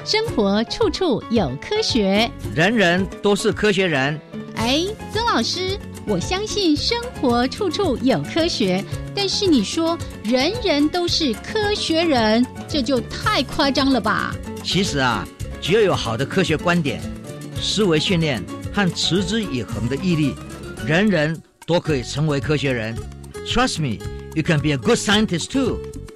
生活处处有科学， 人人都是科学人。 哎，曾老师，我相信生活处处有科学，但是你说人人都是科学人，这就太夸张了吧？ 其实啊，只要有好的科学观点、思维训练和持之以恒的毅力，人人都可以成为科学人。Trust me, you can be a good scientist too.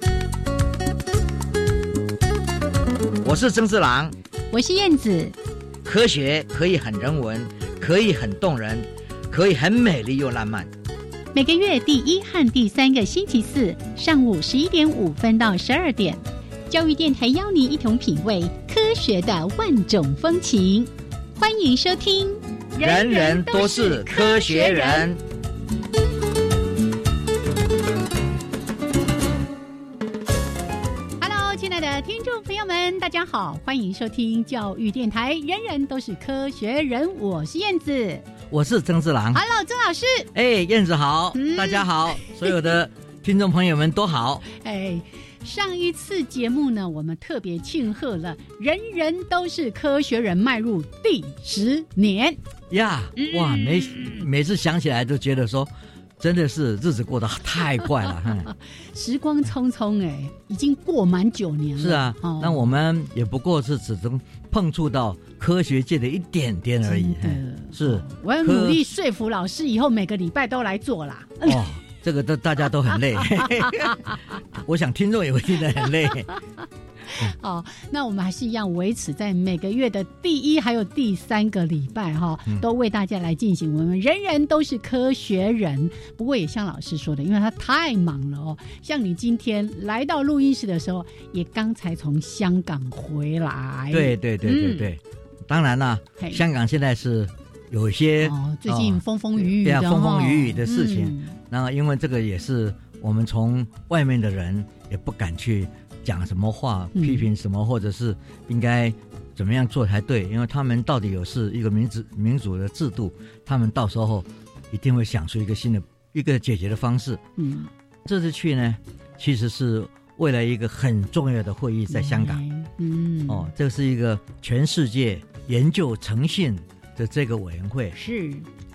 我是曾志郎， 我是燕子。 科学可以很人文，可以很动人，可以很美丽又浪漫。 每个月第1和第3个星期四上午11点5分到12点，教育电台邀你一同品味科学的万种风情。欢迎收听， 人人都是科学人。 听众朋友们大家好，欢迎收听教育电台人人都是科学人，我是燕子， 我是曾志郎。 Hello 曾老师。 燕子好，大家好，所有的听众朋友们都好。 上一次节目呢，我们特别庆贺了人人都是科学人迈入第10年呀。哇，每次想起来都觉得说真的是日子过得太快了。 时光匆匆，已经过满9年了。是啊，那我们也不过是只能碰触到科学界的一点点而已。是， 我要努力说服老师以后每个礼拜都来做啦。 这个大家都很累。我想听众也会听得很累。 那我们还是一样维持在每个月的第1还有第3个礼拜都为大家来进行我们人人都是科学人。不过也像老师说的，因为他太忙了像你今天来到录音室的时候也刚才从香港回来。 对，当然啦，香港现在是有一些最近风风雨雨的风风雨雨的事情。那因为这个也是我们从外面的人也不敢去讲什么话，批评什么，或者是应该怎么样做才对，因为他们到底有是一个民主的制度，他们到时候一定会想出一个新的一个解决的方式。这次去呢，其实是为了一个很重要的会议在香港。这是一个全世界研究诚信的这个委员会， 是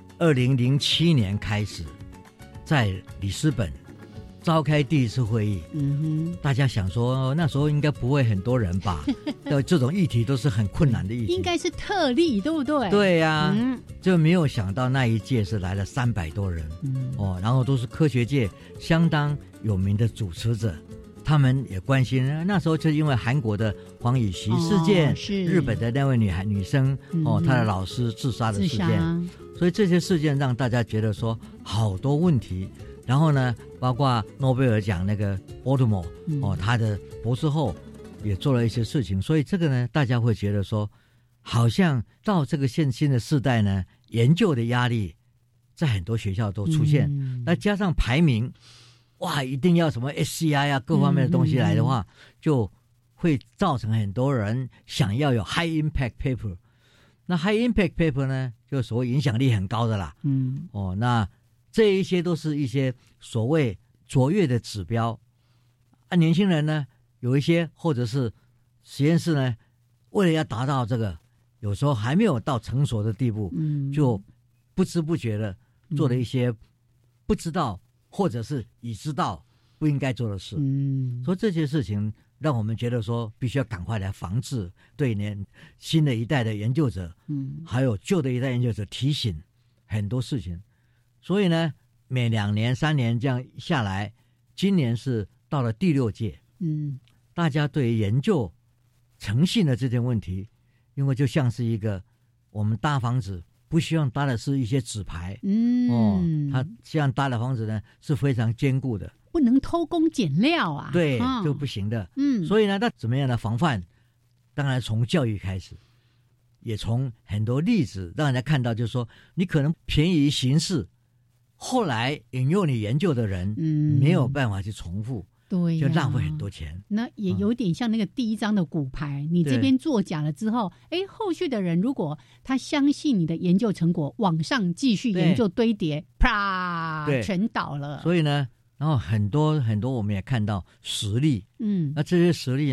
2007年开始在里斯本召开第1次会议。大家想说那时候应该不会很多人吧。这种议题都是很困难的议题，应该是特例，对不对？ 对呀，就没有想到那一届是来了300多人。然后都是科学界相当有名的主持者，他们也关心。那时候就因为韩国的黄宇熙事件，日本的那位女生她的老师自杀的事件，所以这些事件让大家觉得说好多问题。然后呢，包括诺贝尔奖那个波特摩他的博士后也做了一些事情，所以这个呢，大家会觉得说，好像到这个现今的世代呢，研究的压力在很多学校都出现。那加上排名，哇，一定要什么 SCI 啊各方面的东西来的话，就会造成很多人想要有 high impact paper。那 high impact paper 呢，就所谓影响力很高的啦。那这一些都是一些所谓卓越的指标年轻人呢，有一些或者是实验室呢，为了要达到这个，有时候还没有到成熟的地步，就不知不觉的做了一些不知道或者是已知道不应该做的事。所以这些事情让我们觉得说必须要赶快来防治，对新的一代的研究者还有旧的一代研究者提醒很多事情。所以呢，每2年3年这样下来，今年是到了第6届。大家对于研究诚信的这件问题，因为就像是一个我们搭房子不希望搭的是一些纸牌。它这样搭的房子呢是非常坚固的， 不能偷工减料啊。 对，就不行的。所以呢，那怎么样的防范？当然从教育开始，也从很多例子让人家看到，就是说你可能便宜行事，后来引用你研究的人没有办法去重复，对，就浪费很多钱。 那也有点像那个第1张的骨牌，你这边作假了之后，后续的人如果他相信你的研究成果，往上继续研究堆叠，啪，全倒了。 所以呢，然后很多我们也看到实例，那这些实例呢，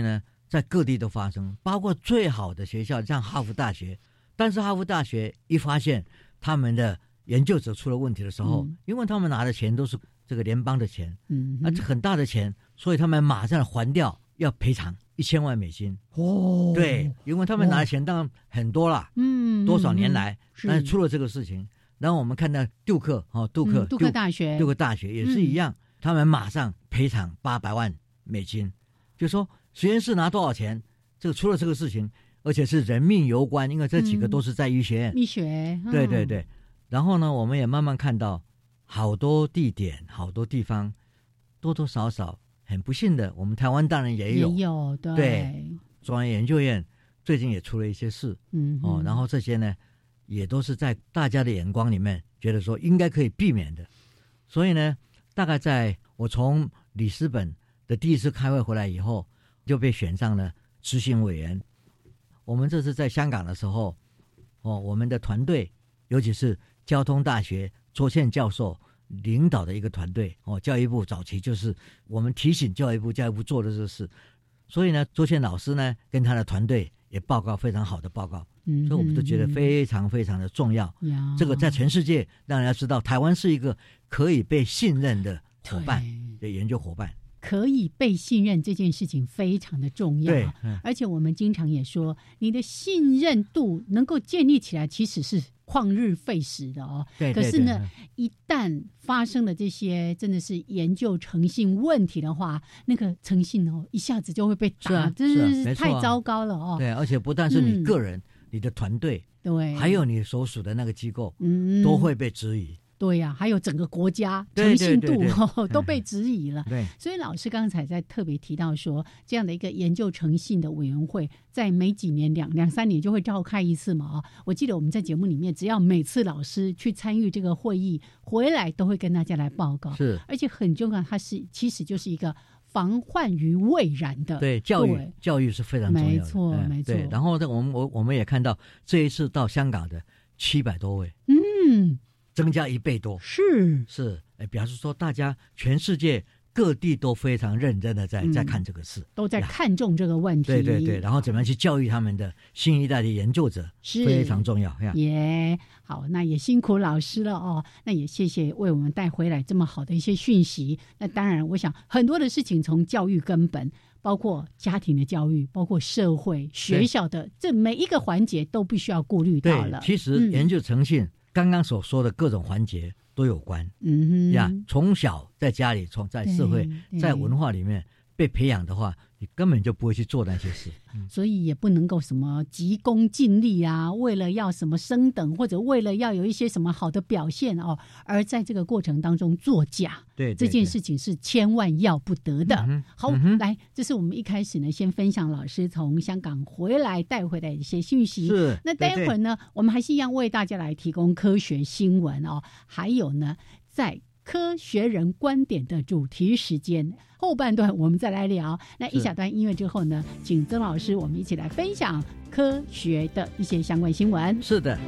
在各地都发生，包括最好的学校像哈佛大学，但是哈佛大学一发现他们的研究者出了问题的时候，因为他们拿的钱都是这个联邦的钱，很大的钱，所以他们马上还掉，要赔偿1000万美金。对，因为他们拿的钱当然很多了，多少年来，但是出了这个事情。然后我们看到杜克大学也是一样，他们马上赔偿800万美金，就说实验室拿多少钱，这个出了这个事情，而且是人命攸关，因为这几个都是在医学院， 医学， 对。然后呢，我们也慢慢看到好多地点、好多地方，多多少少很不幸的，我们台湾当然也有，对，中央研究院最近也出了一些事，然后这些呢，也都是在大家的眼光里面觉得说应该可以避免的。所以呢，大概在我从里斯本的第一次开会回来以后，就被选上了执行委员。我们这次在香港的时候，我们的团队，尤其是交通大学卓宪教授领导的一个团队，教育部早期就是我们提醒教育部做的这个事，所以呢，卓宪老师呢跟他的团队也报告非常好的报告，所以我们都觉得非常非常的重要。这个在全世界让人家知道，台湾是一个可以被信任的伙伴，的研究伙伴。 可以被信任这件事情非常的重要，对，而且我们经常也说，你的信任度能够建立起来，其实是旷日费时的哦。对。可是呢，一旦发生了这些真的是研究诚信问题的话，那个诚信一下子就会被打，真是太糟糕了哦。 对，而且不但是你个人，你的团队，对，还有你所属的那个机构，都会被质疑。 对呀，还有整个国家诚信度都被质疑了。对，所以老师刚才在特别提到说，这样的一个研究诚信的委员会，在每几年两三年就会召开一次嘛。我记得我们在节目里面，只要每次老师去参与这个会议回来，都会跟大家来报告。是，而且很重要，它其实就是一个防患于未然的。对， 教育是非常重要的。 没错，没错。 然后我们也看到这一次到香港的700多位。增加1倍多，是，表示说大家全世界各地都非常认真的在看这个事， 都在看重这个问题。 对，然后怎么样去教育他们的新一代的研究者，非常重要。 好，那也辛苦老师了哦。那也谢谢为我们带回来这么好的一些讯息。那当然，我想很多的事情从教育根本，包括家庭的教育，包括社会学校的这每一个环节都必须要顾虑到了。 其实研究诚信。刚刚所说的各种环节都有关，从小在家里，在社会，在文化里面被培养的话，你根本就不会去做那些事。 所以也不能够什么急功近利啊，为了要什么升等，或者为了要有一些什么好的表现而在这个过程当中作假。对，这件事情是千万要不得的。好，来，这是我们一开始呢，先分享老师从香港回来带回来的一些讯息。是，那待会儿呢，我们还是一样为大家来提供科学新闻还有呢，在科学人观点的主题时间后半段我们再来聊。那一小段音乐之后呢，请曾老师我们一起来分享科学的一些相关新闻。 是的。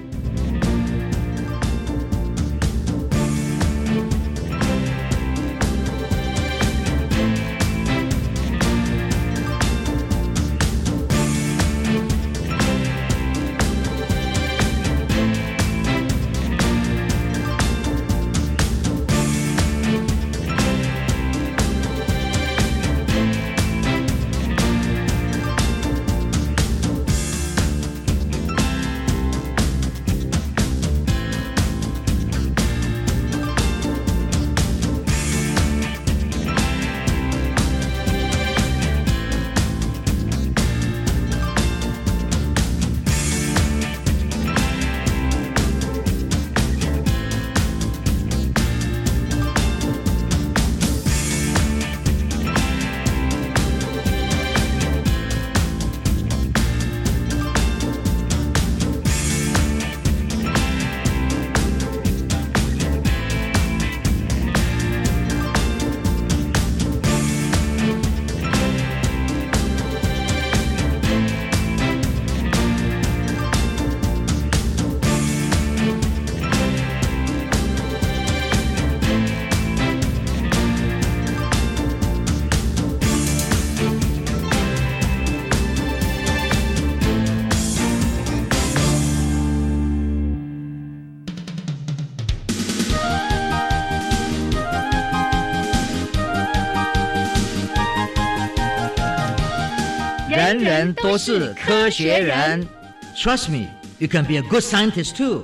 人人都是科学人。Trust me, you can be a good scientist too.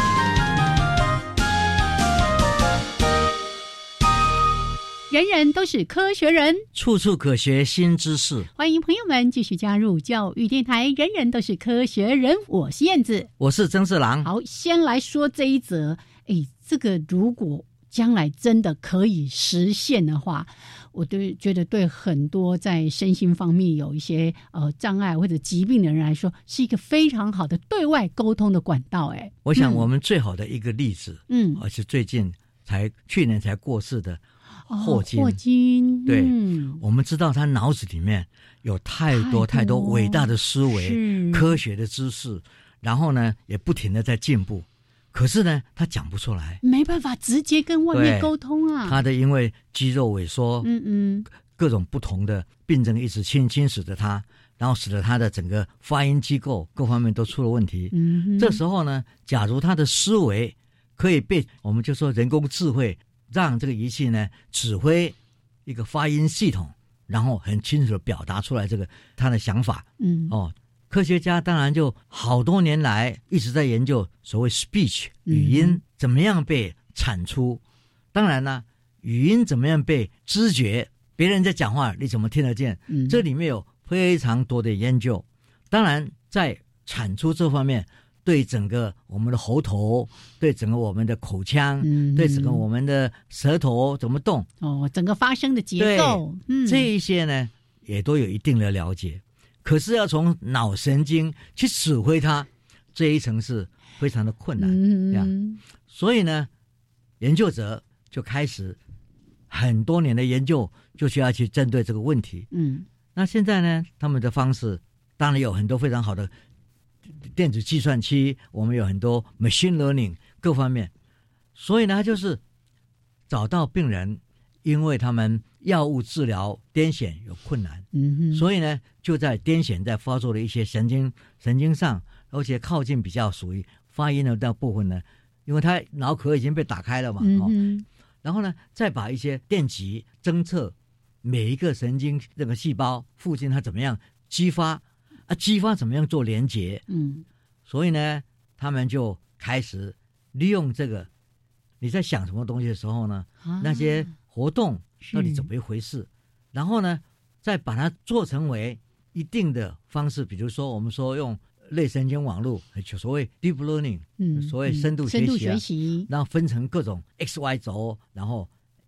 人人都是科学人， 处处可学新知识。 欢迎朋友们继续加入教育电台，人人都是科学人。我是燕子， 我是曾志郎。 好，先来说这一则。这个如果将来真的可以实现的话，我觉得对很多在身心方面有一些障碍或者疾病的人来说，是一个非常好的对外沟通的管道。 我想我们最好的一个例子，而且最近去年才过世的霍金，对，我们知道他脑子里面有太多伟大的思维、科学的知识，然后呢也不停的在进步。可是呢，他讲不出来， 没办法直接跟外面沟通啊。 他的因为肌肉萎缩，各种不同的病症一直侵蚀着他，然后使得他的整个发音机构各方面都出了问题。这时候呢，假如他的思维可以被我们就说人工智慧让这个仪器呢指挥一个发音系统，然后很清楚的表达出来这个他的想法。科学家当然就好多年来一直在研究所谓 speech 语音怎么样被产出。当然呢，语音怎么样被知觉，别人在讲话你怎么听得见，这里面有非常多的研究。当然在产出这方面，对整个我们的喉头，对整个我们的口腔，对整个我们的舌头怎么动， 整个发声的结构， 这一些呢也都有一定的了解。可是要从脑神经去指挥它，这一层是非常的困难。所以呢，研究者就开始很多年的研究，就需要去针对这个问题。那现在呢，他们的方式当然有很多非常好的电子计算器，我们有很多 machine learning 各方面。所以呢，他就是找到病人，因为他们药物治疗癫痫有困难，所以呢就在癫痫在发作的一些神经上，而且靠近比较属于发音的那部分呢，因为它脑壳已经被打开了嘛，然后呢再把一些电极侦测每一个神经这个细胞附近它怎么样激发怎么样做连结，所以呢他们就开始利用这个你在想什么东西的时候呢，那些活动到底怎么一回事，然后呢再把它做成为一定的方式，比如说我们说用类神经网络，所谓 deep learning，所谓深度学习，然后分成各种 XY 轴，然后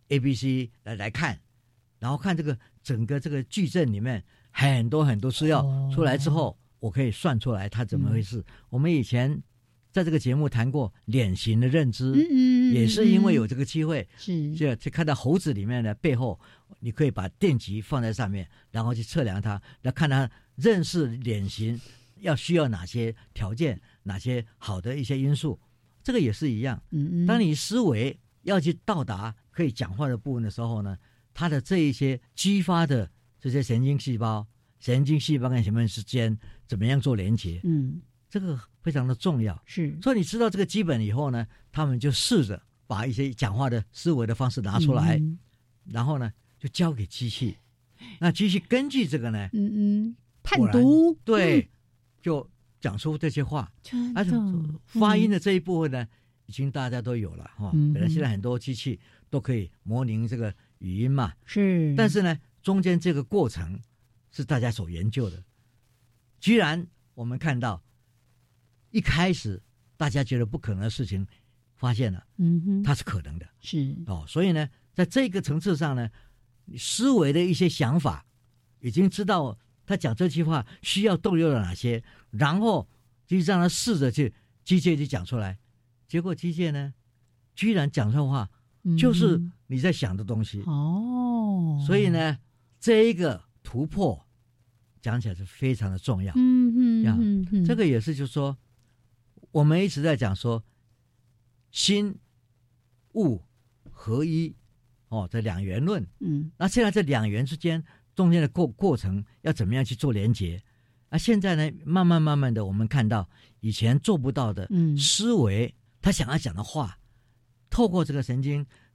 ABC 来看，然后看这个整个这个矩阵里面很多资料出来之后，我可以算出来它怎么回事。我们以前在这个节目谈过脸型的认知，也是因为有这个机会，就看到猴子里面的背后，你可以把电极放在上面，然后去测量它，来看它认识脸型需要哪些条件，哪些好的一些因素。这个也是一样，当你思维要去到达可以讲话的部分的时候呢，它的这一些激发的这些神经细胞跟神经之间怎么样做连结，这个非常的重要。所以你知道这个基本以后呢，他们就试着把一些讲话的思维的方式拿出来，然后呢就交给机器，那机器根据这个呢判读， 对，就讲出这些话。发音的这一部分呢已经大家都有了本来现在很多机器都可以模拟这个语音嘛，但是呢中间这个过程是大家所研究的。居然我们看到一开始大家觉得不可能的事情发现了，它是可能的，所以呢在这个层次上呢，思维的一些想法已经知道他讲这句话需要动用了哪些，然后就让他试着去机械去讲出来，结果机械呢居然讲出来话就是你在想的东西。所以呢这一个突破讲起来是非常的重要。这个也是就是说我们一直在讲说心物合一这两元论，那现在这两元之间中间的过程要怎么样去做连结，现在呢慢慢的我们看到以前做不到的思维，他想要讲的话透过这个神经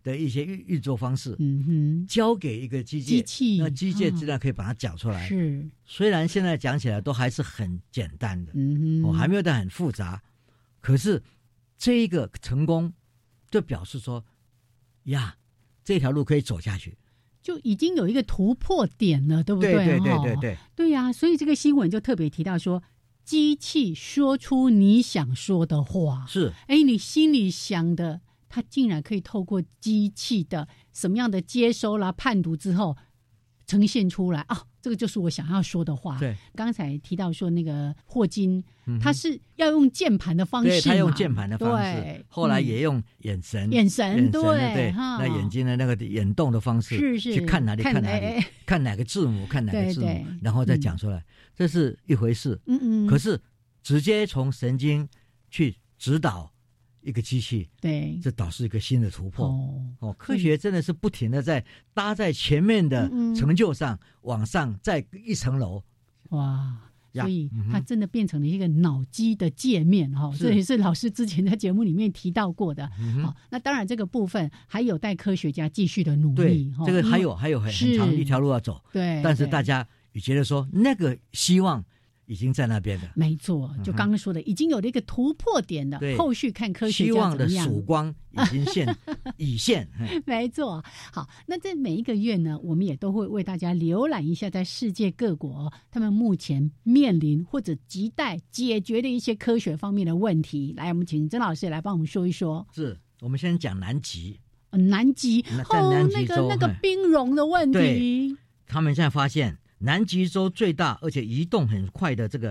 的一些运作方式，交给一个机器， 那机械质量可以把它讲出来。 是， 虽然现在讲起来都还是很简单的，还没有到很复杂，可是这一个成功，就表示说，呀，这条路可以走下去。 就已经有一个突破点了，对不对？对呀，所以这个新闻就特别提到说，机器说出你想说的话， 是， 你心里想的，它竟然可以透过机器的什么样的接收啦、判读之后呈现出来啊，这个就是我想要说的话。 对， 刚才提到说那个霍金，他是要用键盘的方式嘛， 对，他用键盘的方式，后来也用眼神，对，那眼睛的那个眼动的方式，去看哪里，看哪个字母，看哪个字母，然后再讲出来，这是一回事。可是直接从神经去指导一个机器， 对， 这倒是一个新的突破。科学真的是不停的在搭在前面的成就上，往上再一层楼。 哇！所以它真的变成了一个脑机的界面这也是老师之前在节目里面提到过的。那当然这个部分还有待科学家继续的努力。 这个还有很长一条路要走。 对， 但是大家也觉得说那个希望已经在那边了。 没错，就刚刚说的，已经有了一个突破点的，后续看科学家怎么样。 希望的曙光已经已现。 没错。好，那这每一个月呢，我们也都会为大家浏览一下在世界各国他们目前面临或者亟待解决的一些科学方面的问题。来，我们请曾老师来帮我们说一说。 是，我们先讲南极。 南极那个冰融的问题， 他们现在发现南极洲最大而且移动很快的这个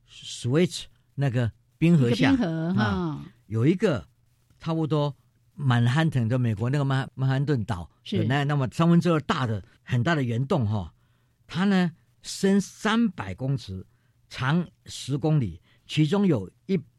Switch 那个冰河下有一个差不多曼哈顿的美国那个曼哈顿岛是那么2/3大的很大的圆洞它呢深300公尺，长10公里，其中有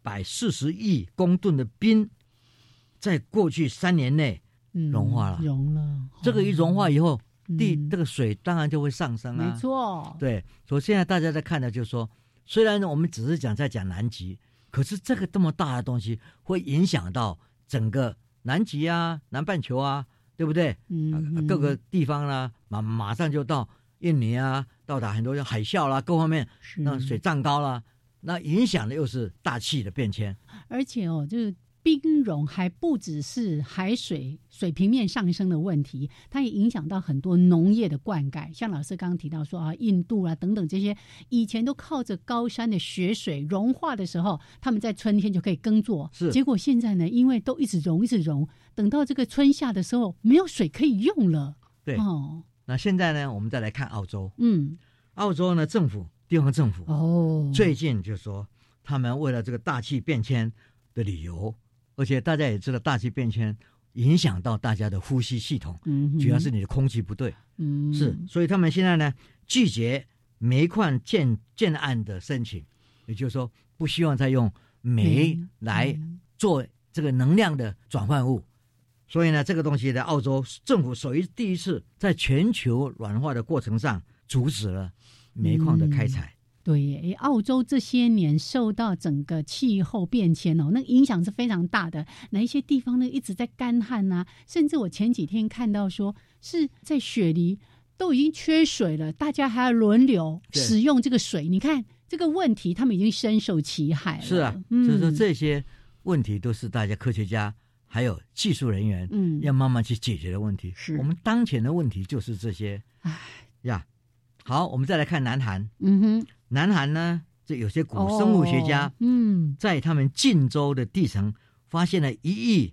140亿公吨的冰，在过去3年内融化了。这个一融化以后，这个水当然就会上升啊。 没错， 对，所以现在大家在看的就是说，虽然我们只是在讲南极，可是这个这么大的东西会影响到整个南极啊、南半球啊，对不对？各个地方啦，马上就到印尼啊，到达很多海啸啦，各方面那水涨高啦，那影响的又是大气的变迁， 而且就是冰融还不只是海水水平面上升的问题，它也影响到很多农业的灌溉。像老师刚刚提到说印度啊等等这些以前都靠着高山的雪水融化的时候，他们在春天就可以耕作，结果现在呢，因为都一直融，等到这个春夏的时候没有水可以用了。 对，那现在呢，我们再来看澳洲。澳洲呢，地方政府最近就说他们为了这个大气变迁的理由，而且大家也知道大气变迁影响到大家的呼吸系统，主要是你的空气不对，所以他们现在呢拒绝煤矿建案的申请，也就是说不希望再用煤来做这个能量的转换物。所以呢，这个东西在澳洲政府第一次在全球暖化的过程上阻止了煤矿的开采。 对，澳洲这些年受到整个气候变迁那影响是非常大的，哪一些地方呢一直在干旱啊，甚至我前几天看到说是在雪梨都已经缺水了，大家还要轮流使用这个水。你看这个问题他们已经深受其害了。 是啊，所以说这些问题都是大家科学家还有技术人员要慢慢去解决的问题。我们当前的问题就是这些呀。好，我们再来看南韩。南韩呢，这有些古生物学家在他们晋州的地层发现了1亿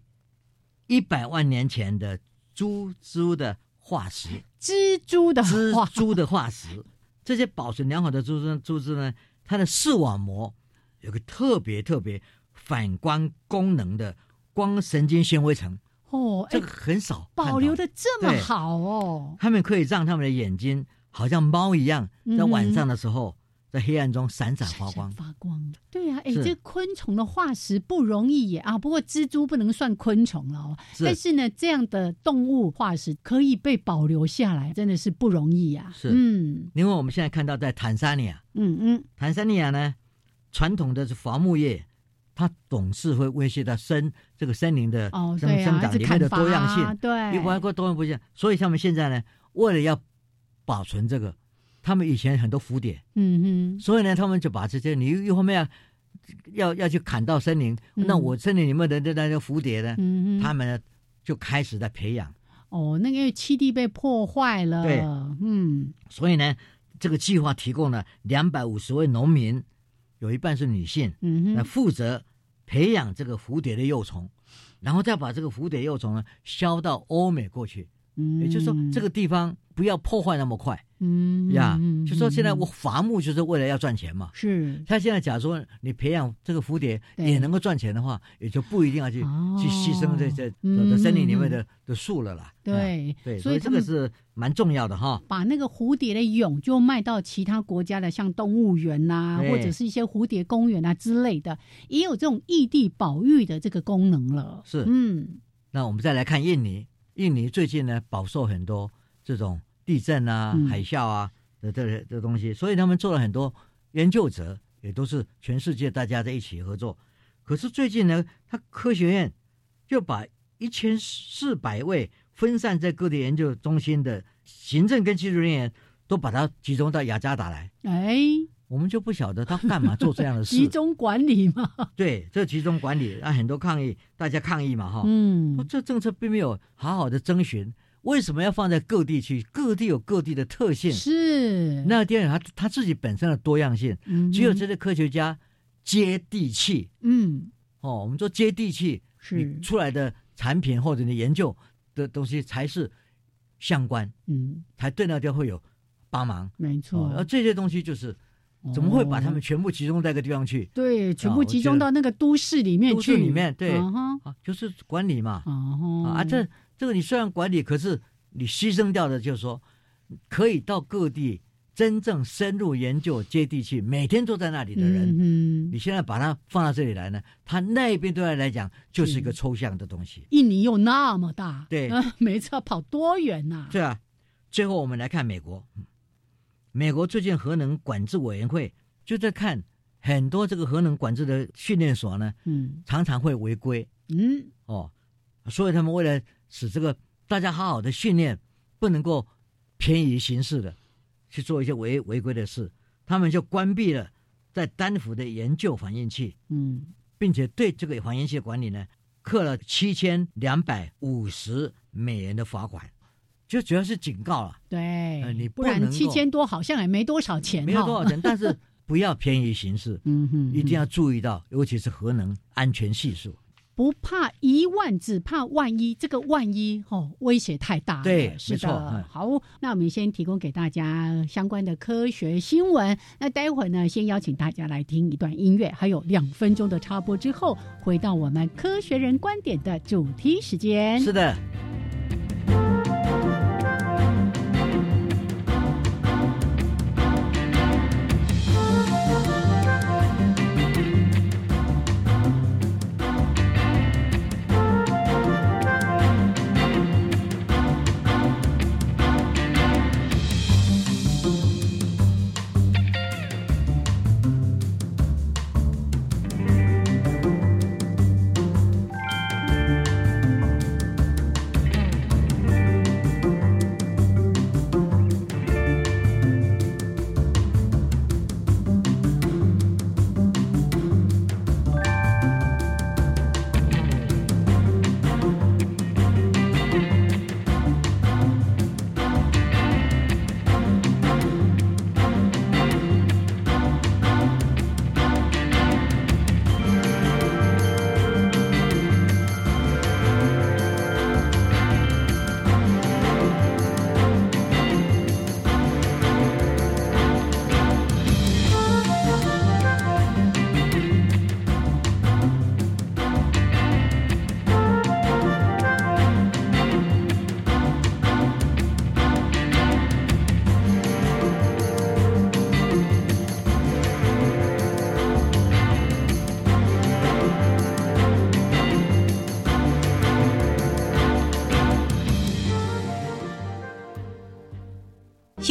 100万年前的蜘蛛的化石。 蜘蛛的化石，这些保存良好的蜘蛛呢，它的视网膜有个特别反光功能的光神经纤维层。这个很少保留的这么好他们可以让他们的眼睛好像猫一样，在晚上的时候在黑暗中闪闪发光。对啊，这昆虫的化石不容易耶不过蜘蛛不能算昆虫了但是呢，这样的动物化石可以被保留下来，真的是不容易啊。因为我们现在看到在坦桑尼亚，坦桑尼亚呢，传统的是伐木业它总是会威胁到这个森林的生长里面的多样性， 对， 你包括多样不一样，所以他们现在呢，为了要保存这个，他们以前很多蝴蝶，所以呢，他们就把这些你一方面要去砍到森林，那我森林里面的那些蝴蝶呢，他们呢就开始在培养。 那个因为栖地被破坏了， 对，所以呢，这个计划提供了250位农民，有一半是女性，来负责培养这个蝴蝶的幼虫，然后再把这个蝴蝶幼虫呢销到欧美过去。也就是说，这个地方不要破坏那么快，就说现在我伐木就是为了要赚钱嘛。 是， 他现在假如说你培养这个蝴蝶也能够赚钱的话，也就不一定要去牺牲这些森林里面的树了啦。 对， 所以这个是蛮重要的哈。 把那个蝴蝶的蛹就卖到其他国家的，像动物园呐，或者是一些蝴蝶公园啊之类的，也有这种异地保育的这个功能了。 是，那我们再来看印尼。印尼最近呢，饱受很多这种地震啊、海啸啊的这东西，所以他们做了很多研究者，也都是全世界大家在一起合作。可是最近呢，他科学院就把1400位分散在各地研究中心的行政跟技术人员，都把它集中到雅加达来。我们就不晓得他干嘛做这样的事。 集中管理嘛。对， 这集中管理，很多抗议，大家抗议嘛，哈。这政策并没有好好的征询，为什么要放在各地去？各地有各地的特性， 是那第二他自己本身的多样性，只有这些科学家接地气。我们说接地气，你出来的产品或者你研究的东西才是相关，才对那地方会有帮忙。 没错， 而这些东西就是。怎么会把他们全部集中在一个地方去？ 对，全部集中到那个都市里面去。 都市里面，对，就是管理嘛。这个你虽然管理，可是你牺牲掉的，就是说，可以到各地真正深入研究、接地气，每天都在那里的人，你现在把它放到这里来呢，他那边对他来讲就是一个抽象的东西。 印尼又那么大， 对， 每次要跑多远呐？ 对啊。最后我们来看美国。美国最近核能管制委员会就在看很多这个核能管制的训练所呢，常常会违规，所以他们为了使这个大家好好的训练，不能够偏移形式的去做一些违规的事，他们就关闭了在丹佛的研究反应器，并且对这个反应器的管理呢，课了$7250的罚款。就主要是警告了， 对， 你不然7000多好像也没多少钱， 没有多少钱，但是不要偏移形式，一定要注意到，尤其是核能安全系数， 不怕1万，只怕万一，这个万一威胁太大了。 对， 是的。好，那我们先提供给大家相关的科学新闻，那待会儿呢，先邀请大家来听一段音乐，还有2分钟的插播之后，回到我们科学人观点的主题时间。 是的。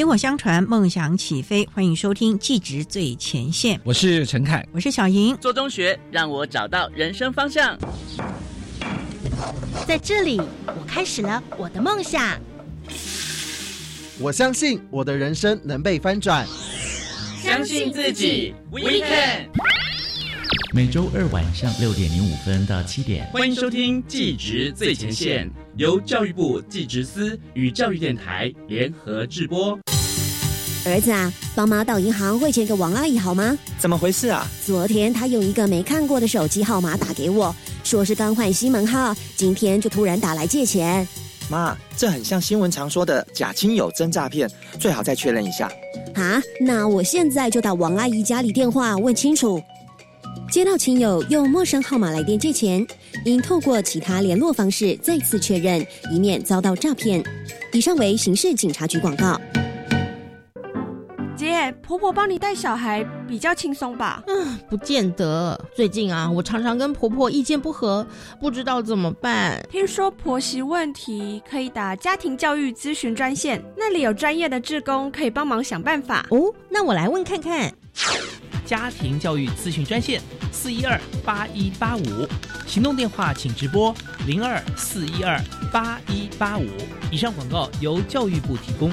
薪火相传，梦想起飞。欢迎收听技职最前线， 我是陈凯， 我是小莹。 做中学让我找到人生方向， 在这里我开始了我的梦想。 我相信我的人生能被翻转， 相信自己 We can。 每周二晚上6点05分到7点， 欢迎收听技职最前线，由教育部技职司与教育电台联合制播。 儿子啊，帮妈到银行汇钱给王阿姨好吗？ 怎么回事啊？ 昨天她用一个没看过的手机号码打给我，说是刚换新门号，今天就突然打来借钱。 妈，这很像新闻常说的假亲友真诈骗，最好再确认一下。 啊，那我现在就打王阿姨家里电话问清楚。接到亲友用陌生号码来电借钱，应透过其他联络方式再次确认，以免遭到诈骗。以上为刑事警察局广告。 姐，婆婆帮你带小孩比较轻松吧？ 不见得。最近啊，我常常跟婆婆意见不合，不知道怎么办。 听说婆媳问题可以打家庭教育咨询专线，那里有专业的志工可以帮忙想办法。 哦，那我来问看看。 家庭教育咨询专线4128185，行动电话请直拨02-412-8185。以上广告由教育部提供。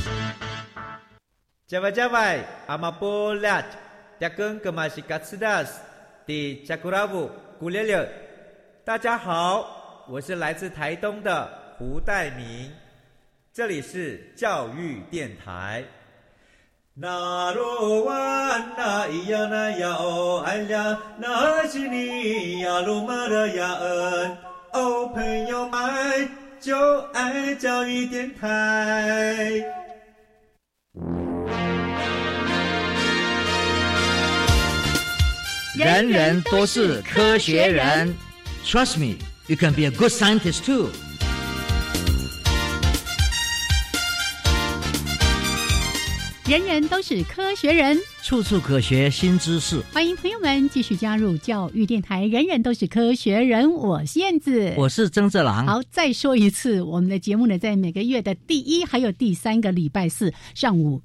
Jawai, Amapolat, Dakun Kemasikatsidas, di Jakuravu, Gulele。大家好，我是来自台东的胡代明，这里是教育电台。那罗哇那咿呀那呀哦哎呀，那是你呀鲁玛的呀恩哦，朋友们就爱教育电台。 人人都是科学人 Trust me, you can be a good scientist too。 人人都是科学人， 处处可学新知识。 欢迎朋友们继续加入教育电台，人人都是科学人。我是燕子， 我是曾志郎。 好，再说一次，我们的节目呢，在每个月的第1还有第3个礼拜四上午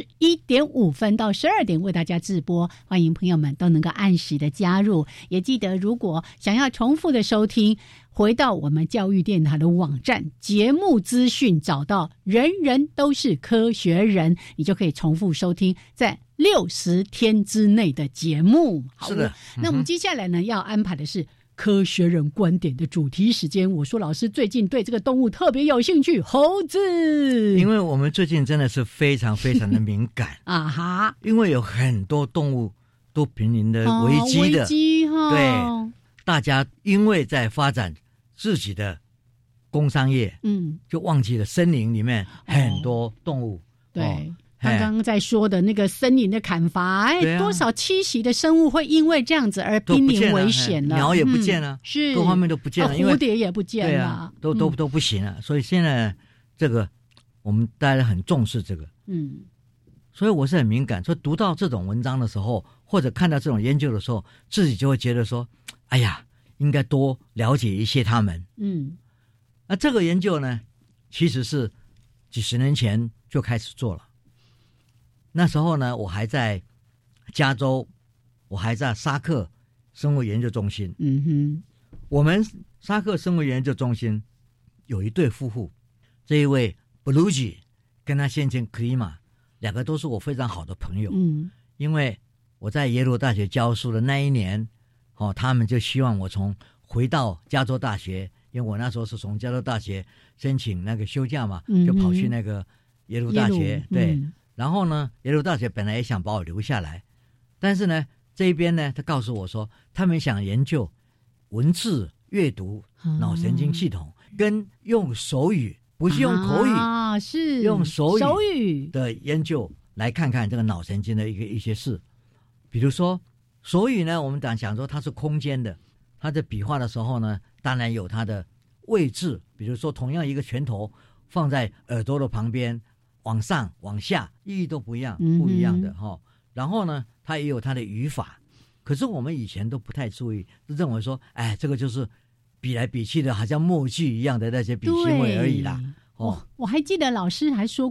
11:05分到12点为大家直播，欢迎朋友们都能够按时的加入。也记得，如果想要重复的收听，回到我们教育电台的网站，节目资讯找到人人都是科学人，你就可以重复收听在60天之内的节目。好， 是的。 那我们接下来呢，要安排的是科学人观点的主题时间。我说老师最近对这个动物特别有兴趣，猴子。 因为我们最近真的是非常非常的敏感啊哈， 因为有很多动物都濒临的危机的， 危机对，大家因为在发展自己的工商业，就忘记了森林里面很多动物。 对，刚刚在说的那个森林的砍伐，多少栖息的生物会因为这样子而濒临危险了， 鸟也不见了， 是各方面都不见了， 蝴蝶也不见了， 都不行了。所以现在这个我们大家很重视这个，所以我是很敏感，所以读到这种文章的时候，或者看到这种研究的时候，自己就会觉得说，哎呀，应该多了解一些他们。那这个研究呢，其实是几十年前就开始做了。那时候呢，我还在加州，我还在沙克生物研究中心。我们沙克生物研究中心有一对夫妇，这一位 Bluji 跟他先生 Klima 两个都是我非常好的朋友。因为我在耶鲁大学教书的那一年，他们就希望我回到加州大学，因为我那时候是从加州大学申请那个休假嘛，就跑去那个耶鲁大学。对，然后呢，耶鲁大学本来也想把我留下来，但是呢，这一边呢，他告诉我说，他们想研究文字阅读脑神经系统，跟用手语，不是用口语是用手语的研究来看看这个脑神经的一些事。比如说手语呢，我们想说它是空间的，它在比划的时候呢，当然有它的位置，比如说同样一个拳头放在耳朵的旁边，往上往下意义都不一样的然后呢，它也有它的语法，可是我们以前都不太注意，就认为说，哎，这个就是比来比去的，好像默剧一样的那些比行为而已啦。 我还记得老师还说过，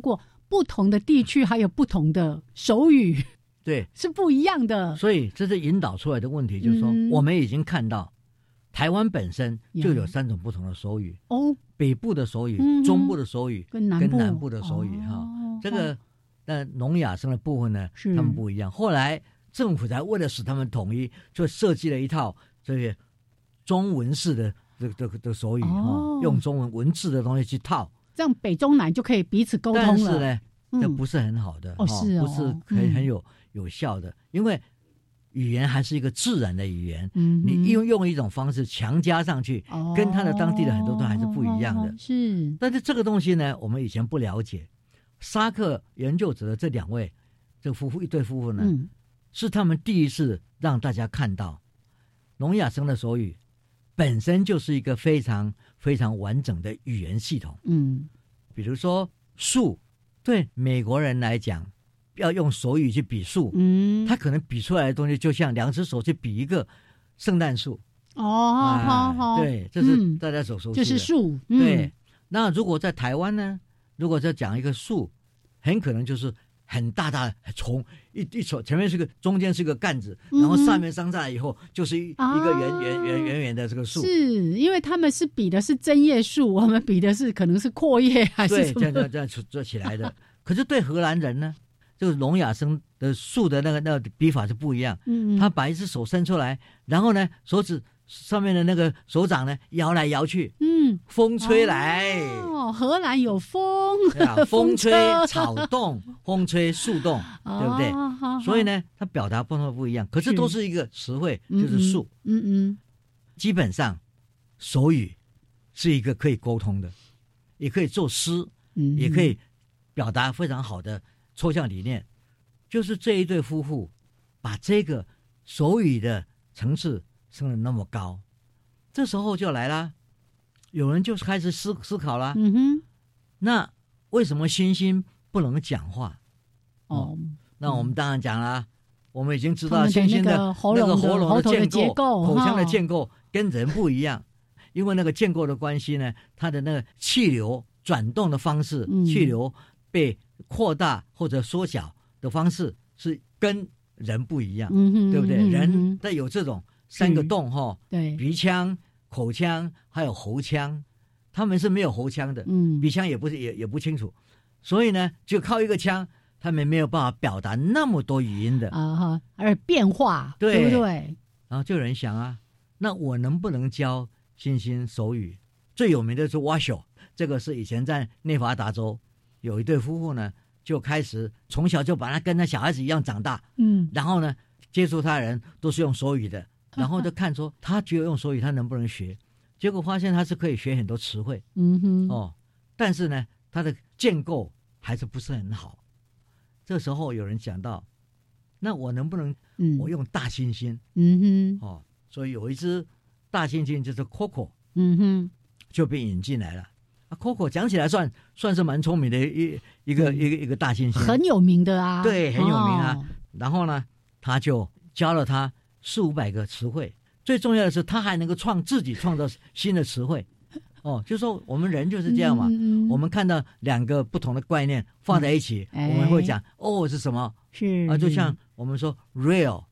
不同的地区还有不同的手语， 对， 是不一样的。 所以这是引导出来的问题，就是说我们已经看到台湾本身就有3种不同的手语哦， 北部的手语、中部的手语跟南部的手语这个聋哑生的部分呢，他们不一样。后来政府才为了使他们统一，就设计了一套这些中文式的的手语用中文文字的东西去套， 这样北中南就可以彼此沟通了。 但是呢，这不是很好的， 是哦， 不是很有效的，因为语言还是一个自然的语言，你用一种方式强加上去，跟他的当地的很多都还是不一样的。 是， 但是这个东西呢，我们以前不了解。沙克研究者的这2位，这一对夫妇呢，是他们第一次让大家看到聋哑生的手语本身就是一个非常非常完整的语言系统。比如说树，对美国人来讲，要用手语去比树，他可能比出来的东西就像2只手去比一个圣诞树。 好， 对，这是大家所熟悉的， 就是树。 对，那如果在台湾呢，如果再讲一个树，很可能就是很大丛，一丛前面是个，中间是个干子，然后上面上来以后就是一个圆的这个树。 是因为他们是比的是针叶树，我们比的是可能是阔叶还是什么？ 对，这样做起来的。可是对荷兰人呢，这个聋哑生的树的那个比法是不一样。他把一只手伸出来，然后呢，手指上面的那个手掌呢摇来摇去，风吹来。 荷兰有风， 风吹草动，风吹树动，对不对？所以呢，它表达不一样，可是都是一个词汇，就是树。基本上手语是一个可以沟通的，也可以作诗，也可以表达非常好的抽象理念。就是这一对夫妇把这个手语的层次升得那么高，这时候就来啦，有人就开始思考啦。那为什么猩猩不能讲话？那我们当然讲啦，我们已经知道猩猩的那个喉咙的结构、口腔的建构跟人不一样，因为那个建构的关系呢，它的那个气流转动的方式，气流被扩大或者缩小的方式是跟人不一样，对不对？人它有这种3个洞对， 鼻腔、口腔还有喉腔，他们是没有喉腔的，鼻腔也不清楚，所以呢，就靠一个腔，他们没有办法表达那么多语音的而变化，对不对？ 然后就有人想啊，那我能不能教猩猩手语？最有名的是 Washoe， 这个是以前在内华达州有一对夫妇呢，就开始从小就把他跟他小孩子一样长大，然后呢，接触他的人都是用手语的，然后就看说他觉得用手语他能不能学，结果发现他是可以学很多词汇，但是呢，他的建构还是不是很好。这时候有人讲到，那我能不能我用大猩猩？所以有一只大猩猩就是 Coco，就被引进来了。Coco 讲起来算是蛮聪明的一个大猩猩， 很有名的啊， 对，很有名啊。然后呢，他就教了他400-500个词汇，最重要的是他还能够自己创造新的词汇。就说我们人就是这样嘛，我们看到2个不同的概念放在一起，我们会讲是什么？ 是就像我们说 rail，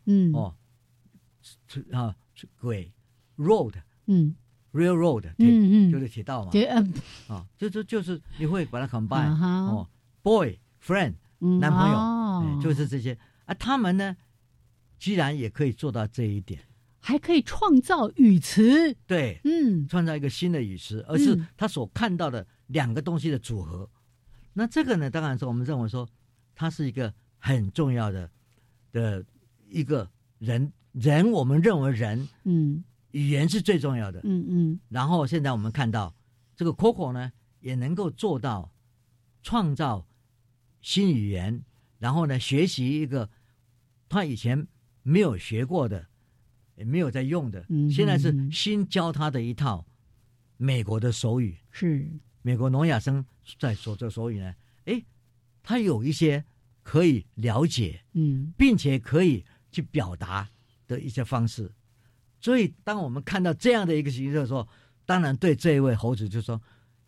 轨 road，railroad，就是铁道嘛，就是你会把它 combine，boy friend 男朋友，就是这些啊。他们呢，居然也可以做到这一点。 还可以创造语词， 对，创造一个新的语词，而是他所看到的2个东西的组合。那这个呢，当然是我们认为说，它是一个很重要的一个人，我们认为人，语言是最重要的，然后现在我们看到这个 Coco 呢，也能够做到创造新语言，然后呢，学习一个他以前没有学过的。也没有在用的，现在是新教他的一套美国的手语， 是美国聋哑生在说这手语呢，他有一些可以了解，并且可以去表达的一些方式。所以当我们看到这样的一个形式的时候，当然对这一位猴子就说，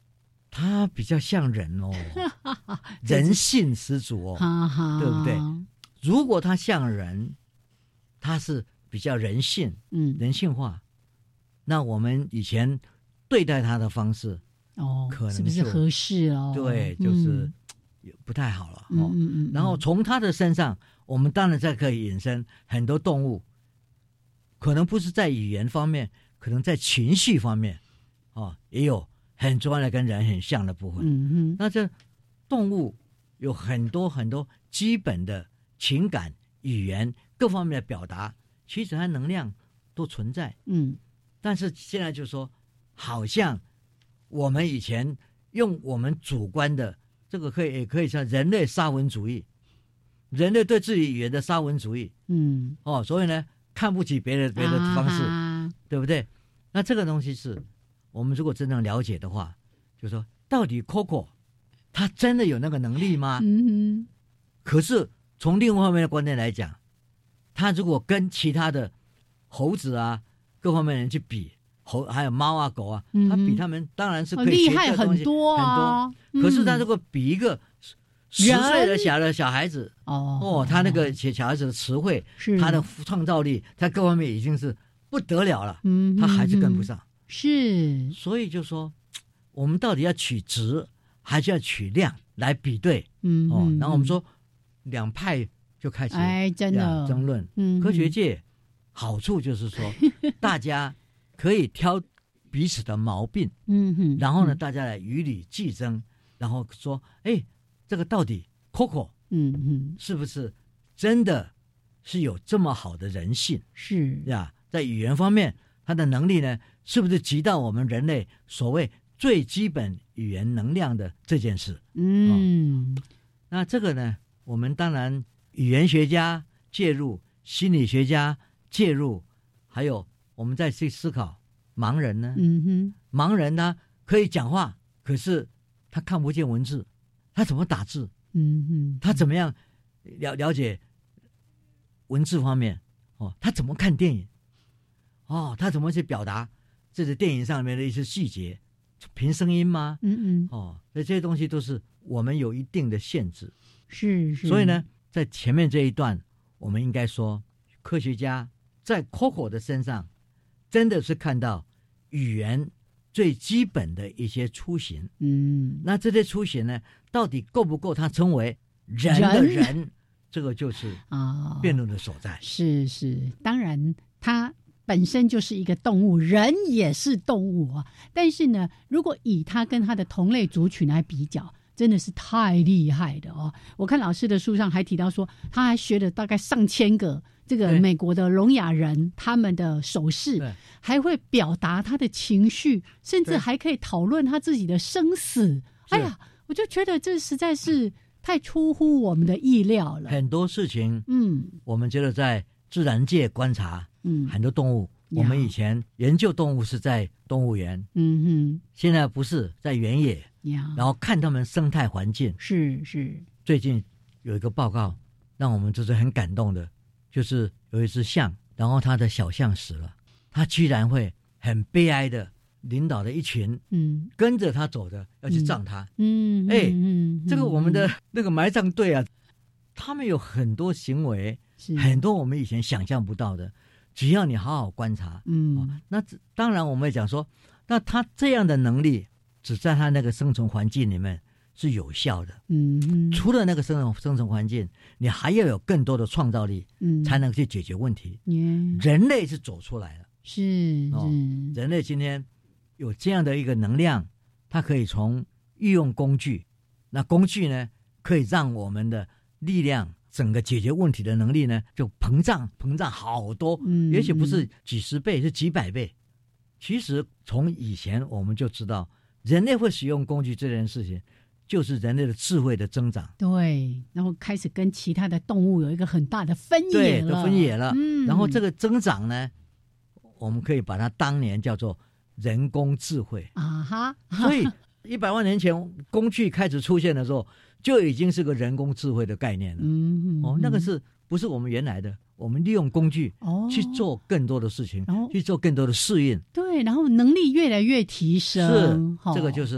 它比较像人哦，人性十足哦，对不对？如果它像人，它是比较人性，人性化，那我们以前对待它的方式，可能是不是合适哦？ 对，就是不太好了哦。然后从它的身上，我们当然再可以引申很多动物，可能不是在语言方面，可能在情绪方面，也有很重要的跟人很像的部分。那这动物有很多很多基本的情感、语言各方面的表达，其实它能量都存在。但是现在就说，好像我们以前用我们主观的这个也可以叫人类沙文主义，人类对自己语言的沙文主义。所以呢，看不起别的方式，对不对？那这个东西是我们如果真正了解的话，就说到底 Coco 他真的有那个能力吗？可是从另外一方面的观点来讲，他如果跟其他的猴子啊各方面的人去比，还有猫啊狗啊，他比他们当然是可以厉害很多啊。 可是他如果比一个10岁的小孩子，他那个小孩子的词汇，他的创造力，他各方面已经是不得了了，他还是跟不上。 是， 所以就说我们到底要取质还是要取量来比对？然后我们说两派就开始真的争论。科学界好处就是说，大家可以挑彼此的毛病，然后呢，大家来予理计争，然后说，这个到底 Coco，是不是真的是有这么好的人性？ 是呀，在语言方面，他的能力呢，是不是及到我们人类所谓最基本语言能量的这件事？那这个呢，我们当然语言学家介入，心理学家介入，还有我们再去思考盲人呢。盲人他可以讲话，可是他看不见文字，他怎么打字？他怎么样了解文字方面？他怎么看电影？他怎么去表达这是电影上面的一些细节？凭声音吗？这些东西都是我们有一定的限制。 是。 所以呢，在前面这一段，我们应该说，科学家在 Coco 的身上，真的是看到语言最基本的一些雏形。那这些雏形呢，到底够不够他称为人的人？这个就是辩论的所在。 是，当然他本身就是一个动物，人也是动物啊。但是呢，如果以他跟他的同类族群来比较，真的是太厉害的哦。我看老师的书上还提到说，他还学了大概上千个这个美国的聋哑人他们的手势，还会表达他的情绪，甚至还可以讨论他自己的生死。哎呀，我就觉得这实在是太出乎我们的意料了。 很多事情，我们觉得在自然界观察，很多动物，我们以前研究动物是在动物园，现在不是在原野，然后看他们生态环境。 是。 最近有一个报告让我们就是很感动的，就是有一只象，然后它的小象死了，它居然会很悲哀的领导的一群，跟着他走的要去葬他。这个我们的那个埋葬队啊，他们有很多行为，很多我们以前想象不到的，只要你好好观察。那当然我们也讲说，那他这样的能力只在他那个生存环境里面是有效的。除了那个生存环境，你还要有更多的创造力，才能去解决问题。人类是走出来了，人类今天有这样的一个能量，它可以从运用工具，那工具呢，可以让我们的力量，整个解决问题的能力呢，就膨胀好多，也许不是几十倍，是几百倍。其实从以前我们就知道，人类会使用工具这件事情，就是人类的智慧的增长。 对，然后开始跟其他的动物有一个很大的分野了。 然后这个增长呢，我们可以把它当年叫做人工智慧。所以100万年前工具开始出现的时候，就已经是个人工智慧的概念了。那个是不是我们原来的？我们利用工具去做更多的事情，去做更多的适应。 对，然后能力越来越提升。 这个就是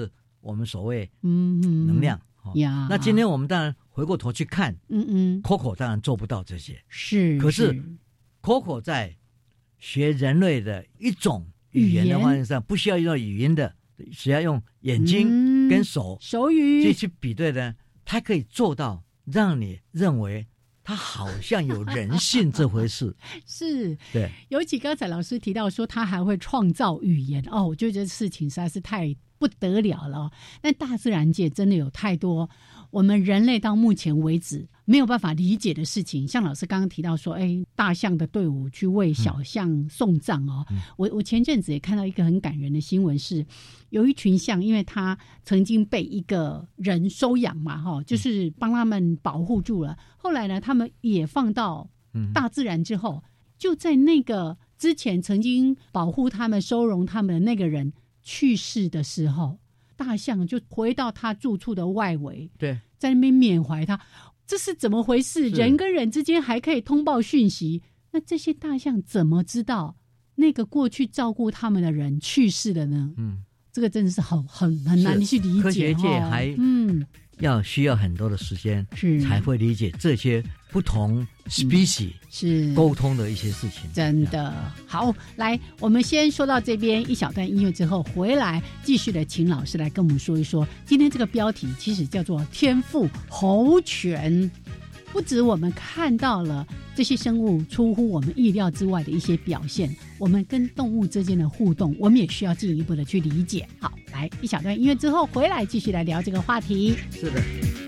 我们所谓能量。那今天我们当然回过头去看，Coco 当然做不到这些，可是 Coco 在学人类的一种语言的方面上，不需要用语音的，只要用眼睛跟手语去比对的，它可以做到让你认为它好像有人性这回事。 是， 对。 尤其刚才老师提到说他还会创造语言，我觉得这事情实在是太不得了了。但大自然界真的有太多我们人类到目前为止没有办法理解的事情。像老师刚刚提到说，大象的队伍去为小象送葬我前阵子也看到一个很感人的新闻，是有一群象，因为他曾经被一个人收养嘛，就是帮他们保护住了。后来呢，他们也放到大自然之后，就在那个之前曾经保护他们、收容他们的那个人去世的时候，大象就回到他住处的外围， 对， 在那边缅怀他。这是怎么回事？人跟人之间还可以通报讯息，那这些大象怎么知道那个过去照顾他们的人去世了呢？这个真的是很难去理解。 科学界还需要很多的时间，才会理解这些不同 species 是沟通的一些事情。 真的好，来，我们先说到这边一小段音乐之后，回来继续的请老师来跟我们说一说，今天这个标题其实叫做天赋猴拳。不止我们看到了这些生物出乎我们意料之外的一些表现，我们跟动物之间的互动，我们也需要进一步的去理解。好，来一小段音乐之后回来继续来聊这个话题。 是的。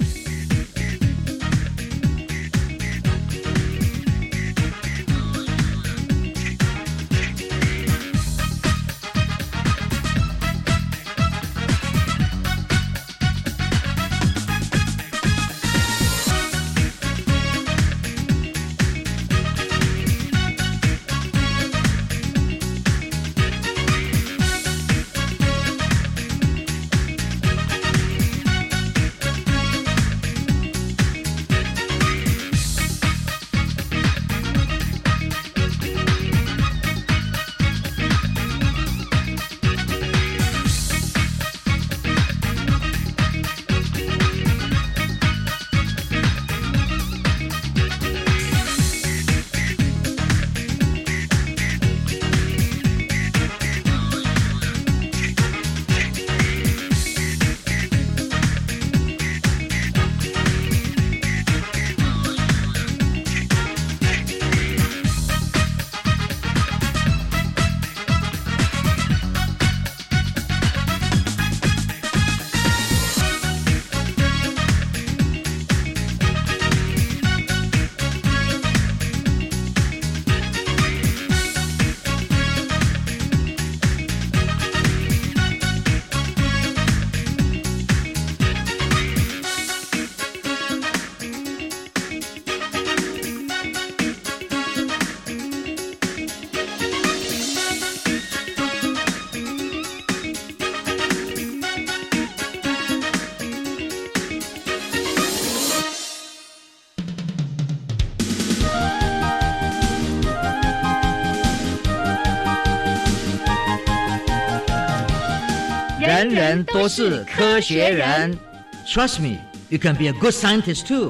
人人都是科学人。Trust me, you can be a good scientist too.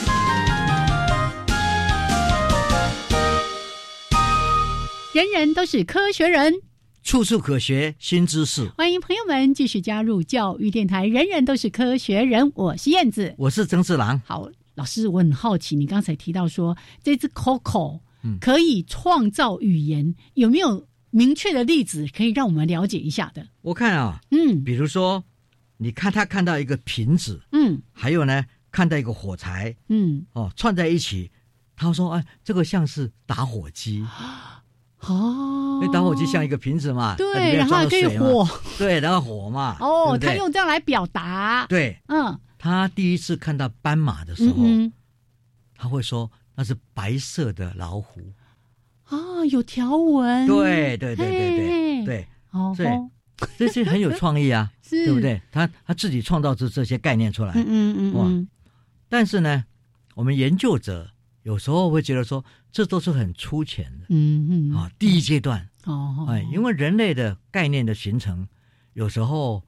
人人都是科学人， 处处可学新知识。 欢迎朋友们继续加入教育电台，人人都是科学人。我是燕子， 我是曾志郎。 好，老师，我很好奇，你刚才提到说这只 Coco 可以创造语言，有没有明确的例子可以让我们了解一下的？ 我看啊，比如说，你看他看到一个瓶子，还有呢，看到一个火柴，串在一起，他说，哎，这个像是打火机。因为打火机像一个瓶子嘛， 对，然后还可以火， 对，然后火嘛， 对对，他用这样来表达， 对，他第一次看到斑马的时候，他会说那是白色的老虎， 有条纹， 对对对对对对，对，这些很有创意啊，对不对？他自己创造出这些概念出来，但是呢，我们研究者有时候会觉得说，这都是很粗浅的，第一阶段，因为人类的概念的形成，有时候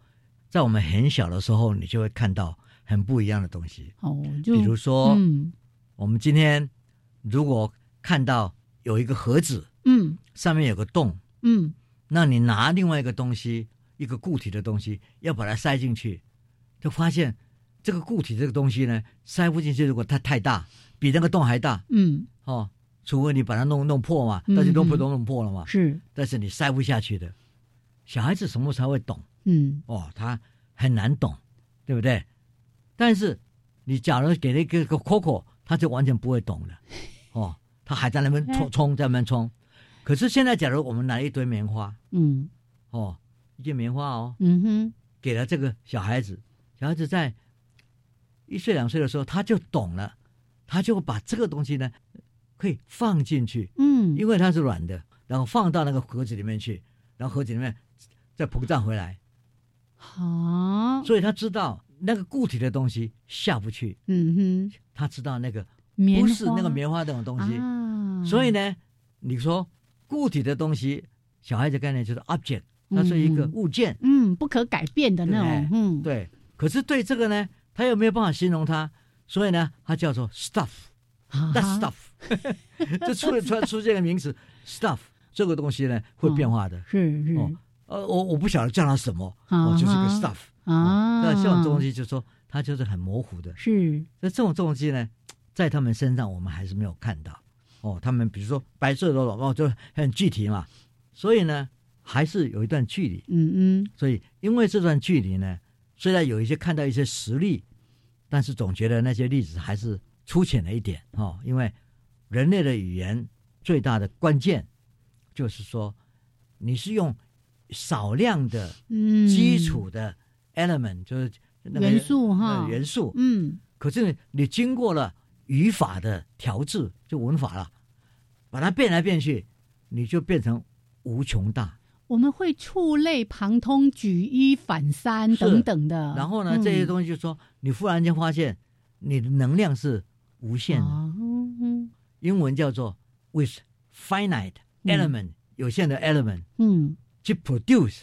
在我们很小的时候，你就会看到很不一样的东西。比如说，我们今天如果看到有一个盒子，上面有个洞，那你拿另外一个东西，一个固体的东西，要把它塞进去，就发现这个固体这个东西呢，塞不进去，如果它太大，比那个洞还大，除非你把它弄破嘛，但是弄破了嘛，是，但是你塞不下去的。小孩子什么时候会懂？他很难懂，对不对？但是你假如给了一个 Coco， 他就完全不会懂了，他还在那边冲，在那边冲。可是现在，假如我们拿一堆棉花，一件棉花给了这个小孩子，小孩子在1岁2岁的时候，他就懂了，他就把这个东西呢可以放进去，因为它是软的，然后放到那个盒子里面去，然后盒子里面再膨胀回来，所以他知道那个固体的东西下不去，他知道那个不是那个棉花这种东西，所以呢，你说固体的东西，小孩子概念就是 object， 它是一个物件， 不可改变的那种， 对。可是对这个呢，他又没有办法形容它，所以呢，它叫做 stuff。That stuff， 出现个名词 stuff， 这个东西呢会变化的，我不晓得叫它什么，就是个 stuff 那这种东西就是说它就是很模糊的，是。那这种东西呢，在他们身上我们还是没有看到。他们比如说白色的就很具体嘛，所以呢还是有一段距离。所以因为这段距离呢，虽然有一些看到一些实例，但是总觉得那些例子还是粗浅了一点，因为人类的语言最大的关键就是说，你是用少量的基础的 element，就是那个元素，可是你经过了语法的调制，就文法了，把它变来变去，你就变成无穷大。 我们会触类旁通、举一反三等等的。 然后呢，这些东西就是说，你忽然间发现你的能量是无限的。英文叫做 with finite element，有限的 element，去 produce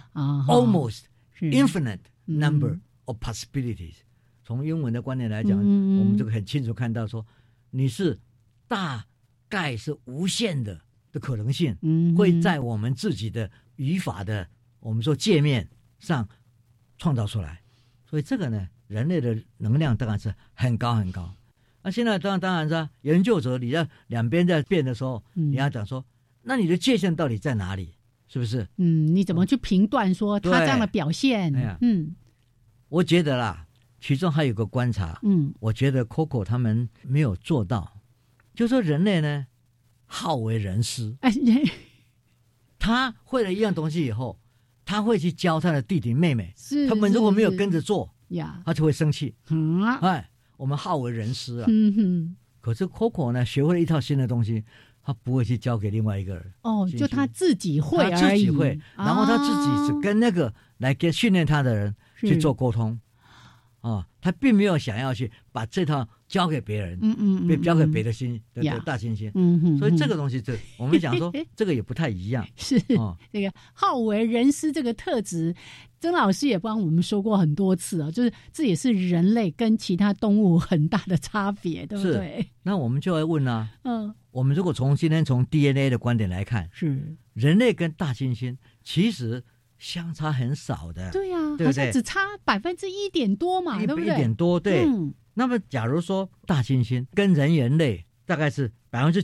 almost infinite number of possibilities。从英文的观点来讲，我们这个很清楚看到说，你是大概是无限的可能性，会在我们自己的语法的我们说界面上创造出来。所以这个呢，人类的能量当然是很高很高。那现在当然是研究者，你在两边在变的时候，你要讲说，那你的界限到底在哪里？是不是？ 你怎么去评断说他这样的表现？ 我觉得啦，其中还有个观察，我觉得 Coco 他们没有做到，就是说人类呢好为人师，他会了一样东西以后，他会去教他的弟弟妹妹，他们如果没有跟着做，他就会生气。我们好为人师啊。可是 Coco 呢，学会了一套新的东西，他不会去教给另外一个人。 就他自己会而已， 他自己会，然后他自己只跟那个来给训练他的人去做沟通。他并没有想要去把这套交给别人，交给别的大猩猩。所以这个东西，我们讲说，这个也不太一样。 是这个好为人师这个特质，曾老师也帮我们说过很多次就是这也是人类跟其他动物很大的差别，对不对？ 那我们就要问啊，我们如果今天从 DNA 的观点来看， 是人类跟大猩猩其实相差很少的， 对呀， 对不对？ 好像只差1%点多嘛，对不对？1 点多，对。那么，假如说大猩猩跟人类大概是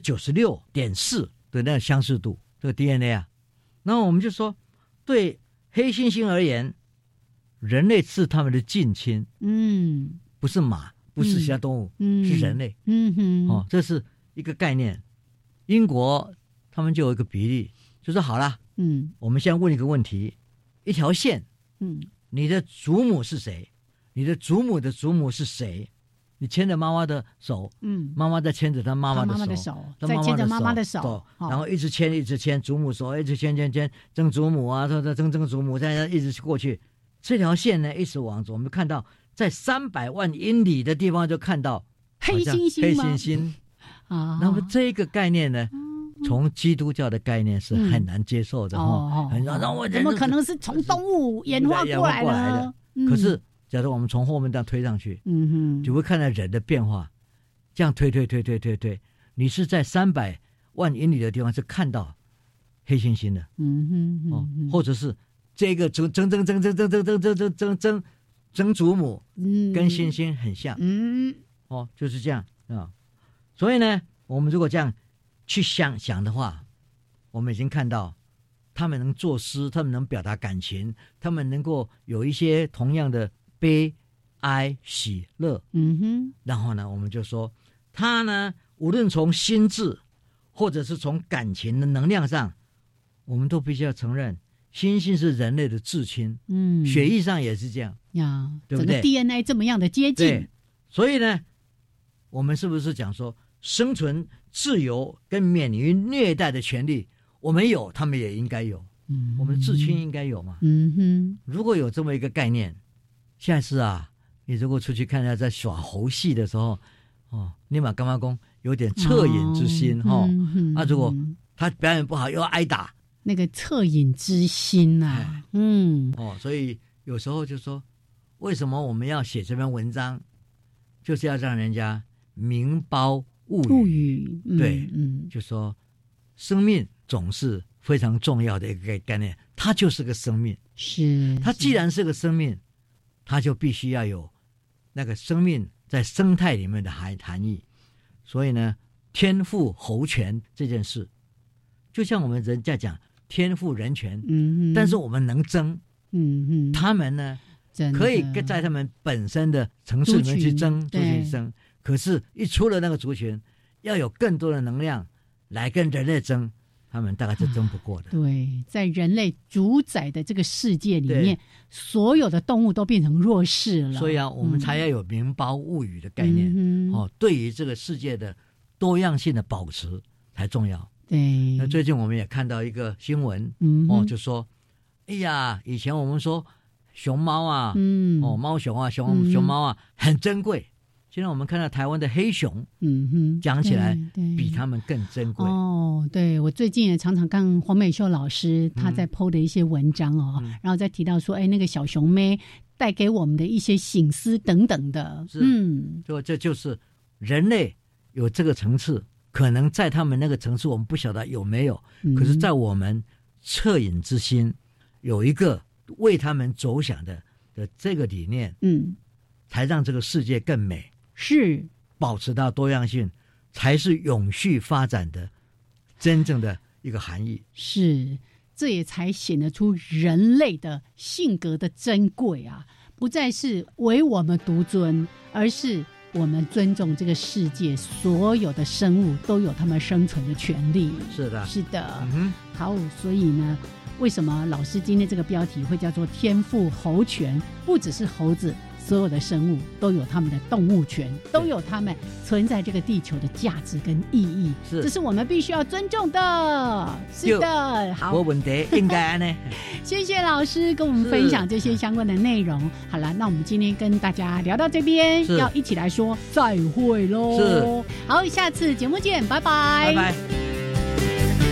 96.4%的那个相似度，这个 DNA 啊，那我们就说，对黑猩猩而言，人类是他们的近亲，不是马，不是其他动物，是人类，这是一个概念。英国他们就有一个比例，就说好了，我们现在问一个问题。一条线，你的祖母是谁？你的祖母的祖母是谁？你牵着妈妈的手，妈妈在牵着她妈妈的手， 再牵着妈妈的手， 然后一直牵祖母手，一直牵，曾祖母啊，曾祖母，再一直过去。这条线呢，一直往左，我们看到在300万英里的地方就看到黑猩猩啊。那么这个概念呢， 从基督教的概念是很难接受的很让我怎么可能是从动物演化过来的？ 可是假如我们从后面这样推上去，就会看到人的变化，这样推，你是在300万英里的地方是看到黑猩猩的，或者是这个曾祖母跟猩猩很像，就是这样啊。所以呢，我们如果这样去想的话，我们已经看到他们能作诗，他们能表达感情，他们能够有一些同样的悲哀喜乐，然后呢，我们就说他呢，无论从心智或者是从感情的能量上，我们都必须要承认，猩猩是人类的至亲，血液上也是这样呀， 对不对？ 整个 DNA 这么样的接近， 对，所以呢，我们是不是讲说，生存、自由跟免于虐待的权利，我们有，他们也应该有，我们的至亲应该有嘛？如果有这么一个概念，下次啊，你如果出去看一下在耍猴戏的时候，立马干妈公有点恻隐之心如果他表演不好又要挨打， 那个恻隐之心啊， 所以有时候就说，为什么我们要写这篇文章，就是要让人家明褒物语，对，就说生命总是非常重要的一个概念，它就是个生命，它既然是个生命，它就必须要有那个生命在生态里面的含义。所以呢，天赋猴权这件事，就像我们人家讲天赋人权，但是我们能争，他们呢可以在他们本身的层次里面去争，可是一出了那个族群，要有更多的能量来跟人类争，他们大概是争不过的。 对，在人类主宰的这个世界里面，所有的动物都变成弱势了。 所以啊，我们才要有明褒物语的概念，对于这个世界的多样性的保持才重要。 对， 那最近我们也看到一个新闻，就说，哎呀，以前我们说熊猫啊，猫熊啊，熊猫啊很珍贵。现在我们看到台湾的黑熊，讲起来比他们更珍贵。 对，我最近也常常看黄美秀老师他在 po 的一些文章然后再提到说，那个小熊妹带给我们的一些省思等等的。 这就是人类有这个层次，可能在他们那个层次我们不晓得有没有，可是在我们恻隐之心有一个为他们着想的这个理念，才让这个世界更美。 是保持到多样性，才是永续发展的真正的一个含义。 是，这也才显得出人类的性格的珍贵啊！不再是唯我们独尊，而是我们尊重这个世界所有的生物都有他们生存的权利。 是的， 是的。好，所以呢，为什么老师今天这个标题会叫做天赋猴权？不只是猴子，所有的生物都有他们的动物权，都有他们存在这个地球的价值跟意义，这是我们必须要尊重的。是的，好， 没问题，应该呢。 谢谢老师跟我们分享这些相关的内容。好了，那我们今天跟大家聊到这边，要一起来说再会喽。 是， 好，下次节目见，拜拜， 拜拜。